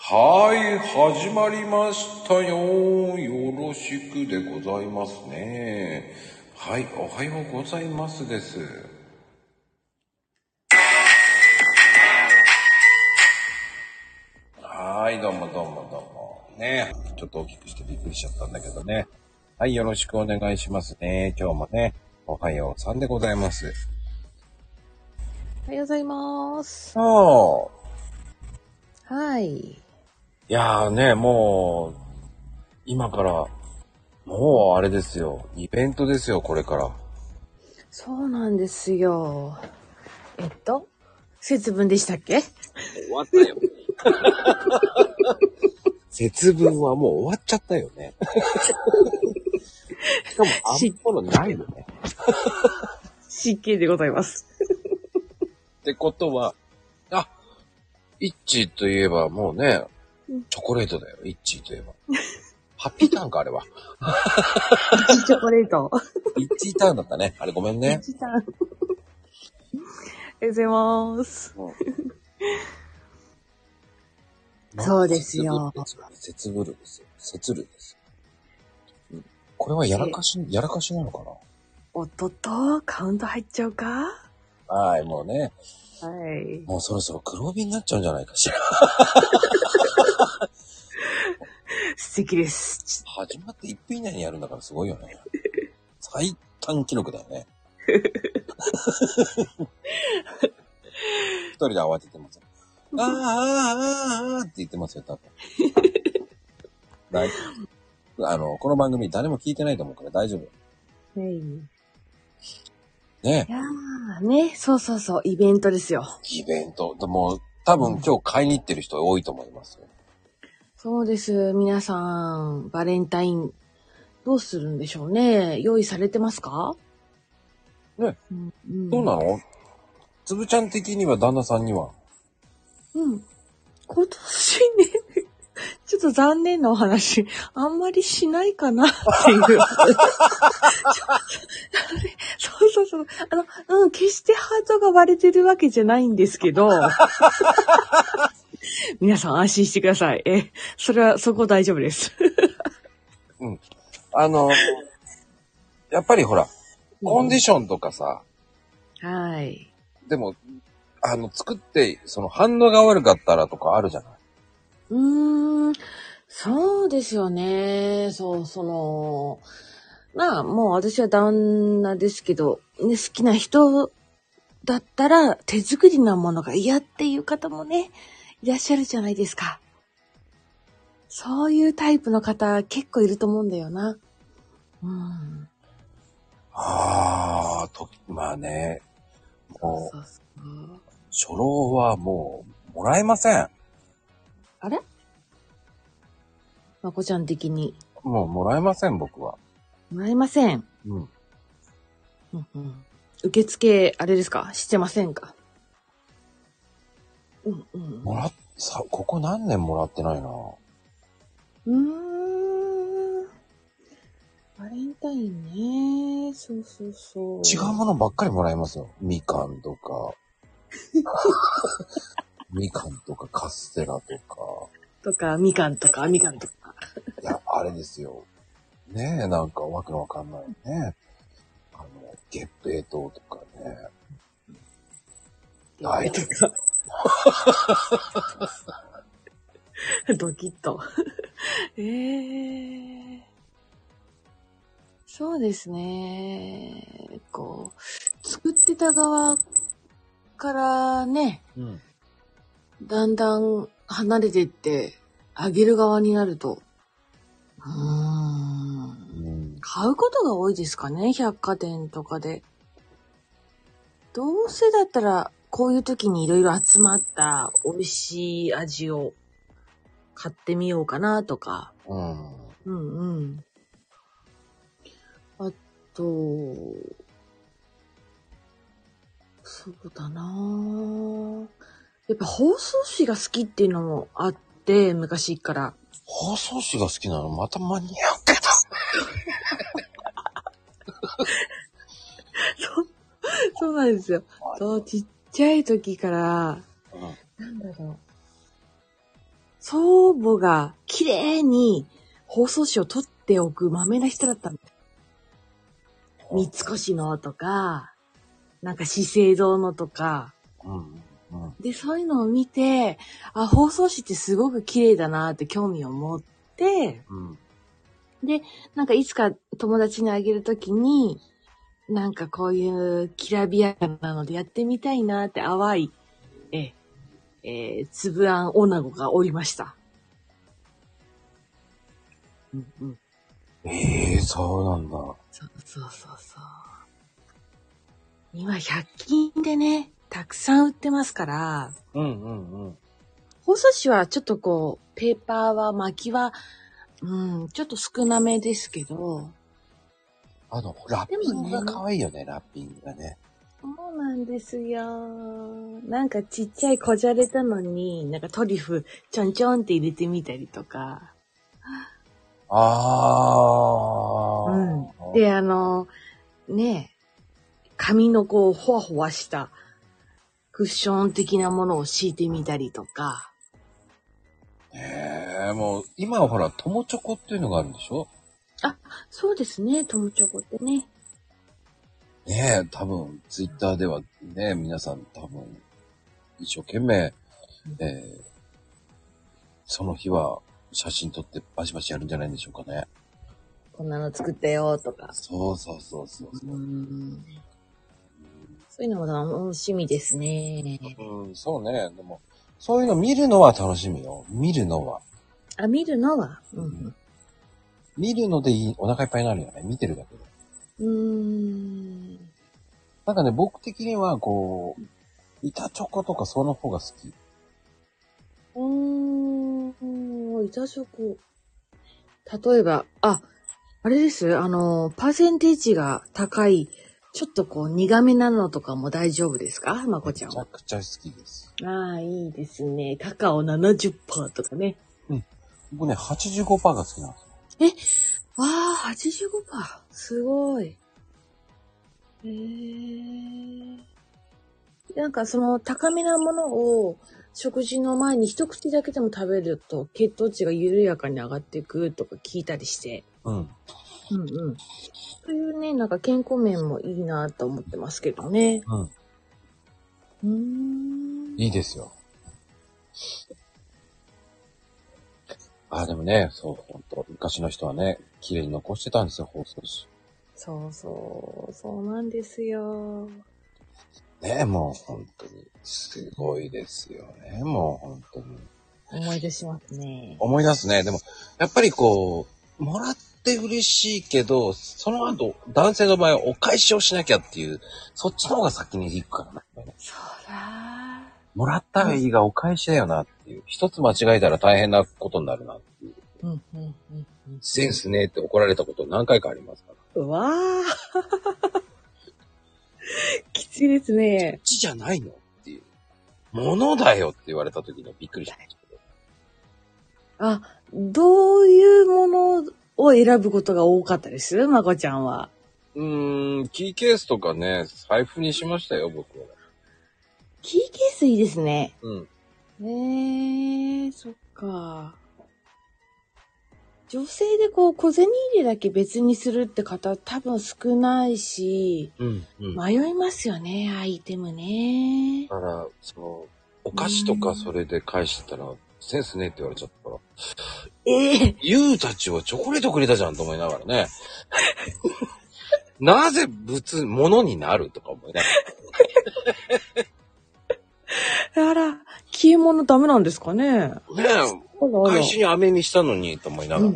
はい、始まりましたよ。よろしくでございますね。はい、おはようございますです。はい、どうもどうもどうも。ね、ちょっと大きくしてびっくりしちゃったんだけどね。はい、よろしくお願いしますね。今日もね、おはようさんでございます。 おはようございます。 そう。 はい。 いやーね、もう、今から、もうあれですよ。イベントですよ、これから。 そうなんですよ。節分でしたっけ？ 終わったよ。節分はもう終わっちゃったよね。しかもあんものないよね。 失敬でございます。 ってことは、イッチーといえばもうね、チョコレートだよ、イッチーといえば。ハッピーターンか、あれは。 チョコレート。 イッチーターンだったね。あれごめんね。 ありがとうございます。そうですよ。 節分ですよ。節分ですよ。これはやらかしなのかな？ おっとっと、カウント入っちゃうか？ はい、もうね。 はい。 もうそろそろ黒帯になっちゃうんじゃないかしら。 素敵です。 始まって1分以内にやるんだからすごいよね。最短記録だよね。一人で慌ててます。って言ってますよ、多分。大丈夫。この番組誰も聞いてないと思うから大丈夫。 はい。 ね。 いやーね、そう、イベントですよ。 イベント。でも、多分今日買いに行ってる人多いと思いますよ。そうです。皆さん、バレンタイン、どうするんでしょうね。用意されてますか？ ね。どうなの？つぶちゃん的には旦那さんには。 今年ね、ちょっと残念なお話、あんまりしないかなっていう。そう。決してハートが割れてるわけじゃないんですけど、皆さん安心してください。そこ大丈夫です。 やっぱりほら、コンディションとかさ、 はい。 でも、作って、その反応が悪かったらとかあるじゃない。 そうですよね。まあ、もう私は旦那ですけど、ね、好きな人だったら手作りなものが嫌っていう方もね、いらっしゃるじゃないですか。そういうタイプの方結構いると思うんだよな。 まあね、もう、初老はもう、もらえません。 あれ？まこちゃん的に。 もうもらえません、僕は。 もらえません。受付、あれですか？してませんか？ ここ何年もらってないな。 バレンタインね。そう。 違うものばっかりもらえますよ。みかんとか。みかんとかカステラとか。 みかんとか。いや、あれですよ。ねえ、なんかわけのわかんないね。月餅糖とかね。 はい。ドキッと。そうですね。作ってた側からね、だんだん離れてって、あげる側になると、買うことが多いですかね、百貨店とかで。どうせだったら、こういう時にいろいろ集まった美味しい味を買ってみようかなとか。あと、そうだなぁ。やっぱ包装紙が好きっていうのもあって、昔から。 包装紙が好きなのまた間に合うけど。 そうなんですよ。ちっちゃい時から、なんだろう。 祖母が綺麗に包装紙を取っておくまめな人だったんだ。三越のとか、なんか資生堂のとか。で、そういうのを見て、あ、包装紙ってすごく綺麗だなって興味を持って、で、なんかいつか友達にあげるときに、なんかこういうきらびやかなのでやってみたいなって淡い、つぶあん女子がおりました。 そうなんだ。 そう。今100均でね、たくさん売ってますから、包装紙はちょっとこう、ペーパーは巻きは、ちょっと少なめですけど。 ラッピングが可愛いよね、ラッピングがね。 そうなんですよ。なんかちっちゃいこじゃれたのに、なんかトリュフちょんちょんって入れてみたりとか。で、ねえ、紙のこう、ほわほわしたクッション的なものを敷いてみたりとか。 もう、今はほら、友チョコっていうのがあるんでしょ？ あ、そうですね、友チョコってね。 ねえ、多分、ツイッターではね、皆さん多分、一生懸命、その日は写真撮ってバシバシやるんじゃないんでしょうかね。 こんなの作ったよとか。 そう。 そういうのも楽しみですね。 そうね。でも、そういうの見るのは楽しみよ。見るのは。 あ、見るのは、 見るのでいい、お腹いっぱいになるよね。見てるだけで。なんかね、僕的には、こう、板チョコとかその方が好き。 板チョコ。例えば、あれです。パーセンテージが高い、ちょっとこう苦めなのとかも大丈夫ですか？まこちゃんは。 めちゃくちゃ好きです。 ああ、いいですね。カカオ 70% とかね。 僕ね、85% が好きなんですよ。 わあ、85%。すごい。なんかその高めなものを食事の前に一口だけでも食べると血糖値が緩やかに上がっていくとか聞いたりして。というね、なんか健康面もいいなと思ってますけどね。 いいですよ。でもね、そう、ほんと、昔の人はね、綺麗に残してたんですよ、包装紙。 そうなんですよ。 ね、もう本当に、すごいですよね、もう本当に。 思い出しますね。 思い出すね。でも、やっぱりこう、もらって嬉しいけど、その後、男性の場合はお返しをしなきゃっていう、そっちの方が先に行くからね。 そうだ。 もらったらいいがお返しだよなっていう。一つ間違えたら大変なことになるなっていう。センスねえって怒られたこと何回かありますから。 うわー。きついですね。 こっちじゃないのっていう。ものだよって言われた時にはびっくりしましたけど。どういうものを選ぶことが多かったです？まこちゃんは。 キーケースとかね、財布にしましたよ、僕は。 キーケースいいですね。そっか。女性でこう小銭入れだけ別にするって方多分少ないし、迷いますよね、アイテムね。 だから、お菓子とかそれで返してたら、センスねえって言われちゃったから。ユウたちはチョコレートくれたじゃんと思いながらね。なぜ物になるとか思いながら。あら、消え物ダメなんですかね。 ねえ、返しに飴にしたのにと思いながら。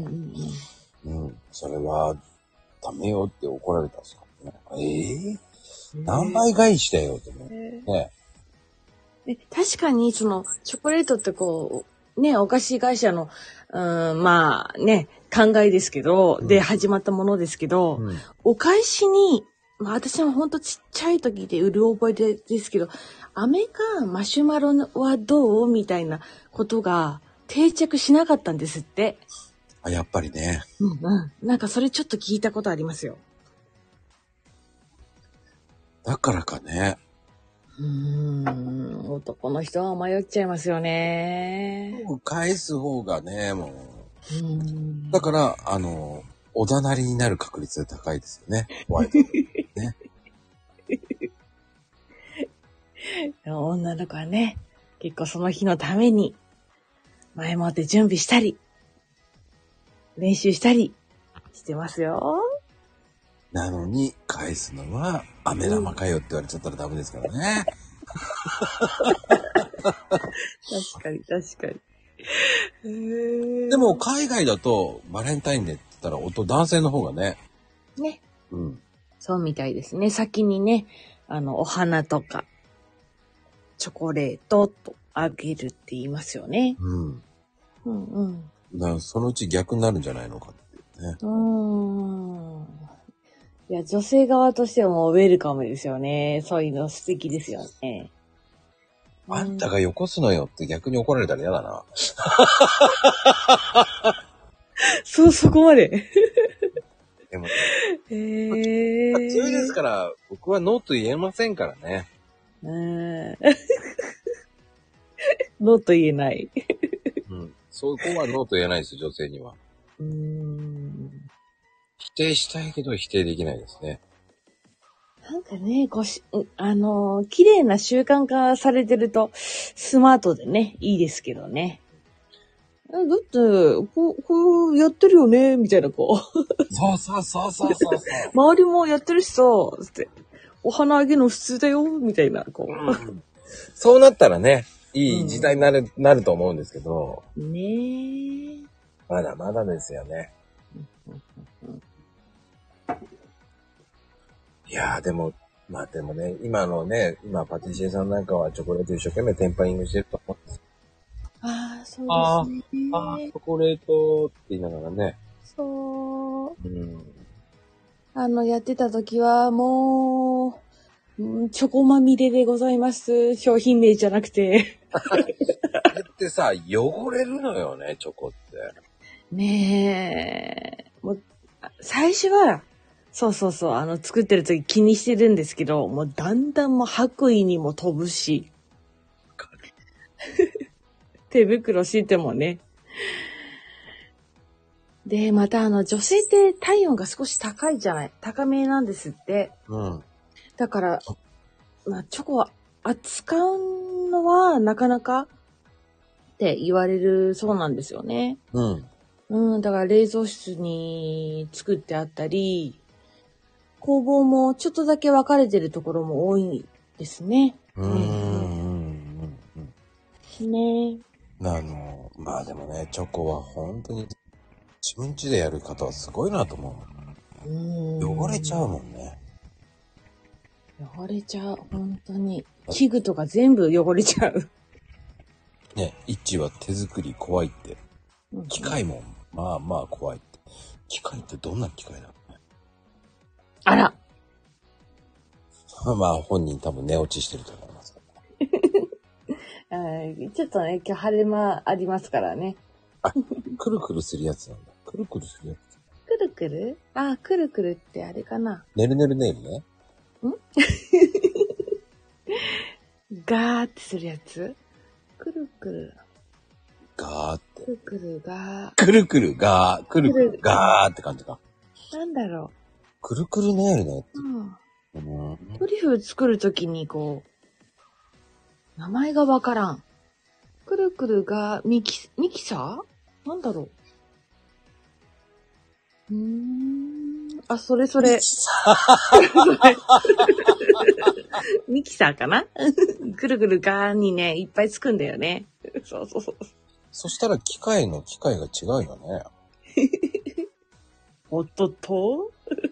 それはダメよって怒られたんですかね。何倍返しだよってね。 確かにそのチョコレートってこうね、お菓子会社のまあね、考えですけど、で始まったものですけど、お返しに、私もほんとちっちゃい時でうる覚えですけど、飴かマシュマロはどうみたいなことが定着しなかったんですって。 やっぱりね。 なんかそれちょっと聞いたことありますよ。 だからかね。 男の人は迷っちゃいますよね。 返す方がね、もう。だから、おだなりになる確率が高いですよね。ホワイト。ね。 女の子はね、結構その日のために、前もって準備したり、練習したりしてますよ。 なのに、返すのは、飴玉かよって言われちゃったらダメですからね。 確かに、確かに。 でも、海外だと、バレンタインデーって言ったら、男性の方がね。 ね。 うん。 そうみたいですね。先にね、お花とか、チョコレートとあげるって言いますよね。 うん。 うんうん。 だからそのうち逆になるんじゃないのかっていうね。 いや、女性側としてはもうウェルカムですよね。そういうの素敵ですよね。 あんたがよこすのよって逆に怒られたら嫌だな。 そこまで。 でも、 強い強いですから、僕はノーと言えませんからね。 ノーと言えない。 うん。そこはノーと言えないです、女性には。否定したいけど否定できないですね。 なんかね、綺麗な習慣化されてると、スマートでね、いいですけどね。だって、こうやってるよね、みたいな、こう。 そう。 周りもやってるしさ、つって、お花あげるの普通だよ、みたいな、こう。 そうなったらね、いい時代になると思うんですけど。 ねえ。 まだまだですよね。いやーでもね、今パティシエさんなんかはチョコレート一生懸命テンパリングしてると思うんです。 ああ、そうですね。 チョコレートって言いながらね。 そう。やってた時は、もう、チョコまみれでございます。商品名じゃなくて。 あれってさ、汚れるのよね、チョコって。 ねえ。もう、最初は、そう、作ってる時気にしてるんですけど、もうだんだんもう白衣にも飛ぶし。手袋してもね。で、また女性って体温が少し高いじゃない。高めなんですって。 うん。 だから、まあ、チョコは扱うのはなかなかって言われるそうなんですよね。だから冷蔵室に作ってあったり、工房もちょっとだけ分かれてるところも多いですね。ね。 まあでもね、チョコは本当に自分家でやる方はすごいなと思う。汚れちゃうもんね。 汚れちゃう。本当に。器具とか全部汚れちゃう。 ね、イッチは手作り怖いって。機械も、まあまあ怖いって。機械ってどんな機械なのね。 あら。 まあ本人多分寝落ちしてると思います。 ちょっとね、今日晴れ間ありますからね。 あ、くるくるするやつなんだ。くるくるするやつ。 くるくる？あ、くるくるってあれかな。 ねるねるねるね。 ガーってするやつ？くるくる。 ガーって。 くるくるガー。 くるくるガー。くるくるガーって感じか。 なんだろう。くるくるネイルね。 トリュフ作るときにこう、名前がわからん。くるくるガー、ミキサー？なんだろう。あ、それ。ミキサーかなくるくるガーにね、いっぱいつくんだよね。そう。 そしたら機械が違うよね。 おっとっと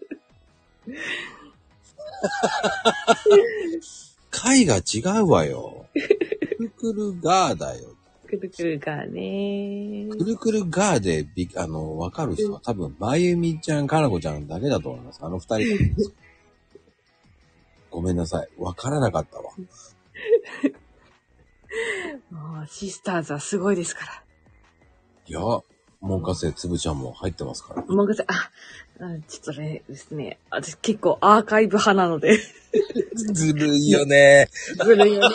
貝が違うわよ。くるくるガーだよ。 くるくるガーね。 くるくるガーでわかる人は多分、まゆみちゃん、かなこちゃんだけだと思います。あの二人。ごめんなさい。わからなかったわ。 もうシスターズはすごいですから。 いや、 門下生つぶちゃんも入ってますから。 もうちょっとね、ですね。私結構アーカイブ派なので。 ずるいよね。 ずるいよね。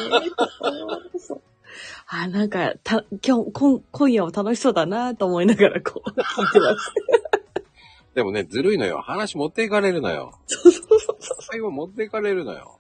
なんか、今夜は楽しそうだなと思いながらこう、聞いてます。 でもね、ずるいのよ。話持っていかれるのよ。 そうそうそうそう。 最後持っていかれるのよ。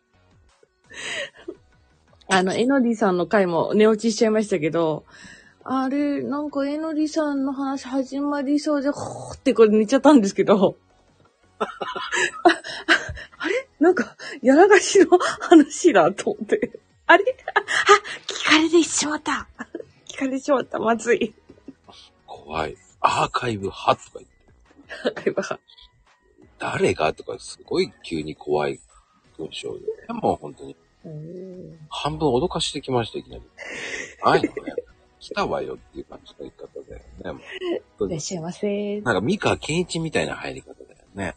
えのりさんの回も寝落ちしちゃいましたけど、あれ、なんかえのりさんの話始まりそうで、ほーってこれ寝ちゃったんですけど、あれなんか、やらがしの話だと思って。あれ聞かれてしまった。聞かれてしまった。まずい。 怖い。アーカイブ派とか言って。 アーカイブ派。 誰がとかすごい急に怖い文章で。でも本当に。半分脅かしてきました、いきなり。はいのね。来たわよっていう感じの言い方だよね。 いらっしゃいませ。 なんか三河健一みたいな入り方だよね。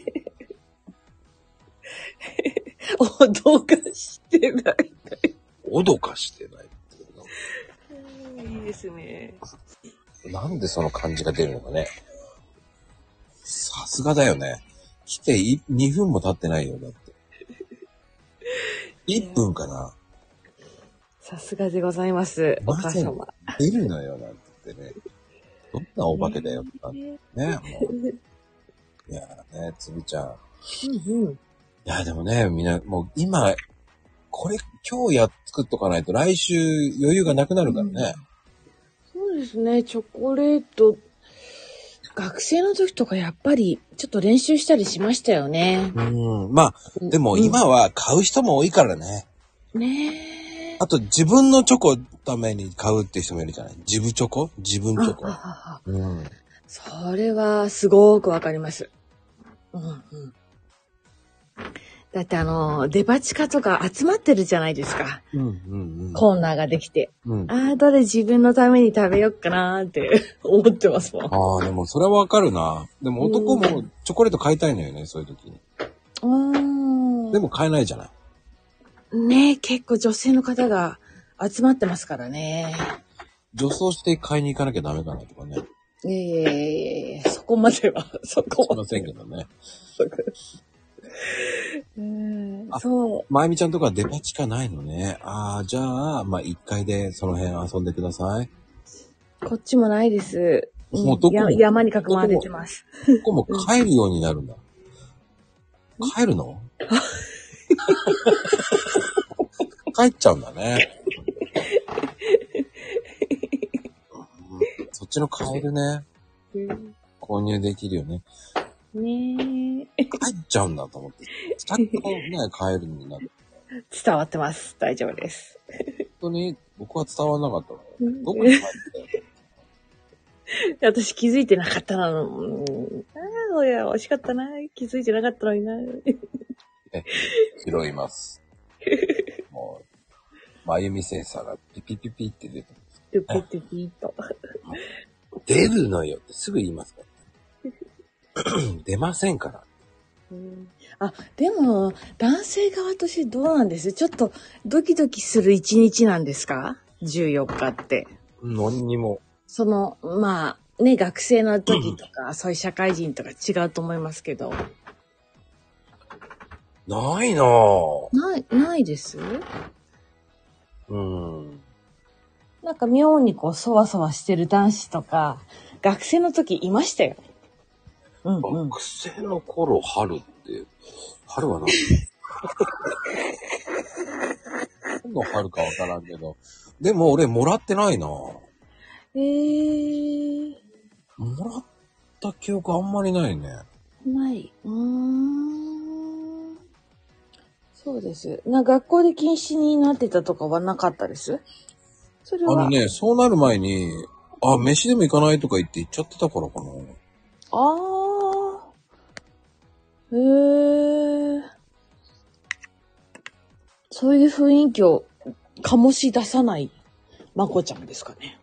脅かしてない。 脅かしてないっていうの。 いいですね。 なんでその感じが出るのかね。さすがだよね。来て2分も経ってないよ、だって。1分かな。 さすがでございます、お母様。 出るのよ、なんて言ってね。どんなお化けだよ、ね、もう。いやね、つぶちゃん。いや、でもね、みんな、もう今、これ今日作っとかないと来週余裕がなくなるからね。 そうですね、チョコレート、学生の時とかやっぱりちょっと練習したりしましたよね。 まあ、でも今は買う人も多いからね。 ねえ。 あと自分のチョコために買うって人もいるじゃない。自分チョコ。 それはすごくわかります。だってデパ地下とか集まってるじゃないですか。コーナーができて。どれ自分のために食べよっかなーって思ってますもん。 でもそれはわかるな。でも男もチョコレート買いたいのよね、そういう時に。でも買えないじゃない。 ねえ、結構女性の方が集まってますからね。 女装して買いに行かなきゃダメかなとかね。 そこまでは、そこすいませんけどね。 そう。 まゆみちゃんとかデパ地下ないのね。じゃあ、まあ、1階でその辺遊んでください。 こっちもないです。 もうどこも山に囲まれてます。 ここも帰るようになるんだ。帰るの帰っちゃうんだね。そっちのカエルね。購入できるよね。 ねえ。帰っちゃうんだと思って。ちゃんとね、カエルになる。 伝わってます。大丈夫です。 本当に僕は伝わらなかったわ。どこに帰って私気づいてなかったなの。いや、惜しかったな。気づいてなかったのにな。 拾います。もう、まゆみセンサーがピピピピって出てます。 ピピピピと。 出るのよってすぐ言いますから。出ませんから。 でも、男性側としてどうなんです？ちょっとドキドキする一日なんですか？ 14 日って。 何にも。 まあ、ね、学生の時とか、そういう社会人とか違うと思いますけど。 ないなぁ。 ないです？なんか妙にこう、そわそわしてる男子とか、学生の時いましたよ。 学生の頃、春って、春は何何の春かわからんけど。でも俺もらってないな。もらった記憶あんまりないね。 ない。そうです。学校で禁止になってたとかはなかったです？それは。 そうなる前に、飯でも行かないとか言って行っちゃってたからかな。 そういう雰囲気を醸し出さないまこちゃんですかね。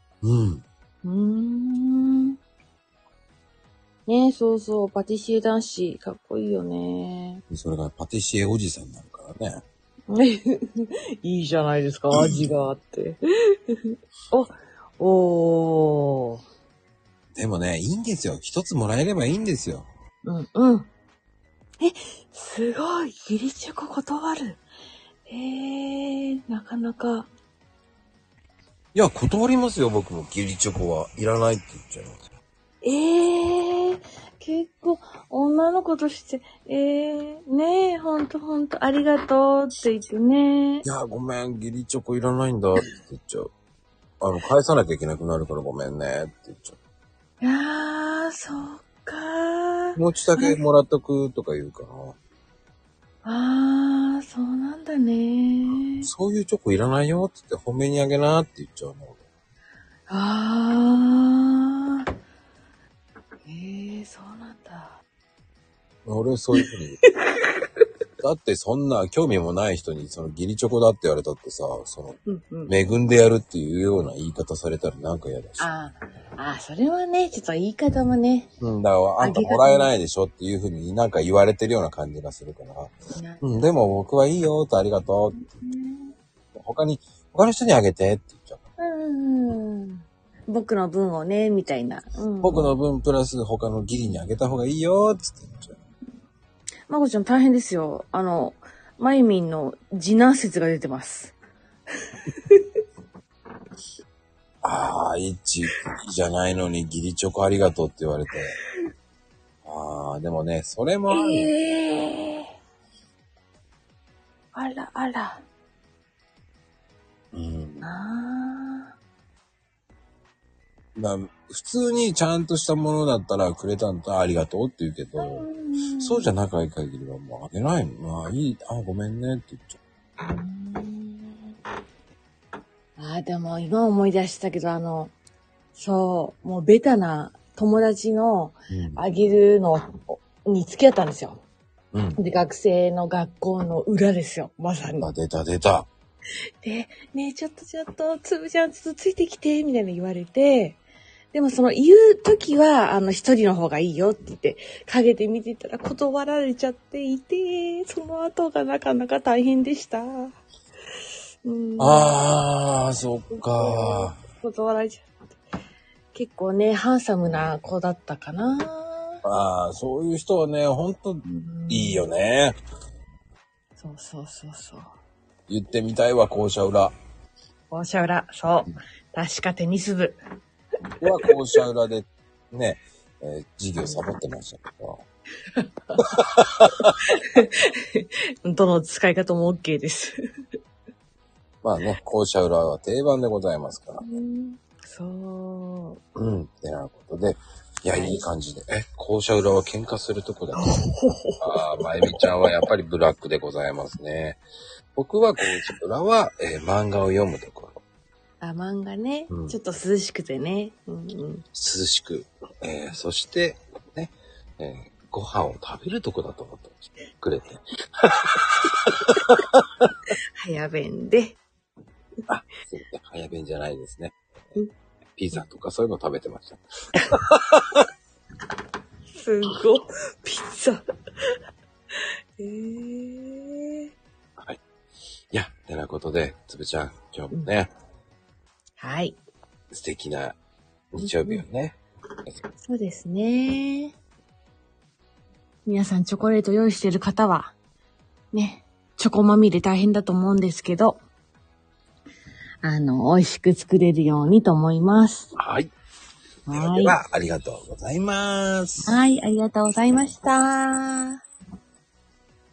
ねえ、そうそう、パティシエ男子、かっこいいよね。 それがパティシエおじさんになるからね。いいじゃないですか、味があって。 でもね、いいんですよ。一つもらえればいいんですよ。 うんうん。すごい。義理チョコ断る。なかなか。 いや、断りますよ、僕も。義理チョコはいらないって言っちゃいますよ。 結構、女の子として、ねえ、ほんと、ありがとうって言ってね。 いや、ごめん、義理チョコいらないんだって言っちゃう。返さなきゃいけなくなるからごめんねって言っちゃう。 いやー、そっかー。 もうちょっとだけもらっとくとか言うかな。そうなんだね。 そういうチョコいらないよって言って褒めにあげなって言っちゃうの。 そうなんだ。 俺そういうふうに。だってそんな興味もない人にその義理チョコだって言われたってさ、恵んでやるっていうような言い方されたらなんか嫌だし。 それはね、ちょっと言い方もね。 だからあんたもらえないでしょっていうふうになんか言われてるような感じがするから。でも僕はいいよってありがとうって。他の人にあげてって言っちゃう。 僕の分をね、みたいな。 僕の分プラス他の義理にあげた方がいいよって言っちゃう。 まこちゃん大変ですよ。まゆみんの次男説が出てます。 一じゃないのに義理チョコありがとうって言われて。でもね、それもある。 あら。 普通にちゃんとしたものだったらくれたんだありがとうって言うけど、そうじゃなき限りはもうあげないの。ごめんねって言っちゃう。でも今思い出したけど、もうベタな友達のあげるのに付き合ったんですよ。で、学生の学校の裏ですよ、まさに。 出た。 で、ねえ、ちょっと、つぶちゃんちょっとついてきて、みたいな言われて、でも言うときは、一人の方がいいよって言って、陰で見てたら断られちゃっていて、その後がなかなか大変でした。 そっか。 断られちゃって。結構ね、ハンサムな子だったかな。 そういう人はね、ほんといいよね。 そう。 言ってみたいわ、校舎裏。 そう。確かテニス部。 僕は校舎裏でね、授業サボってましたけど。 どの使い方も OK です。 校舎裏は定番でございますから。 そう。 てなことで、いや、いい感じで。校舎裏は喧嘩するとこだと。まゆみちゃんはやっぱりブラックでございますね。僕は校舎裏は、漫画を読むところ。 漫画ね、ちょっと涼しくてね。 涼しく。そして、ね、ご飯を食べるとこだと思ってくれて。 早弁で。 そうね、早弁じゃないですね。ピザとかそういうの食べてました。 すごい。ピザ。 はい。いや、てなことで、つぶちゃん、今日もね。 はい。 素敵な日曜日をね。 そうですね。皆さんチョコレート用意してる方は、ね、チョコまみれ大変だと思うんですけど、美味しく作れるようにと思います。 はい。では、ありがとうございます。 はい、ありがとうございました。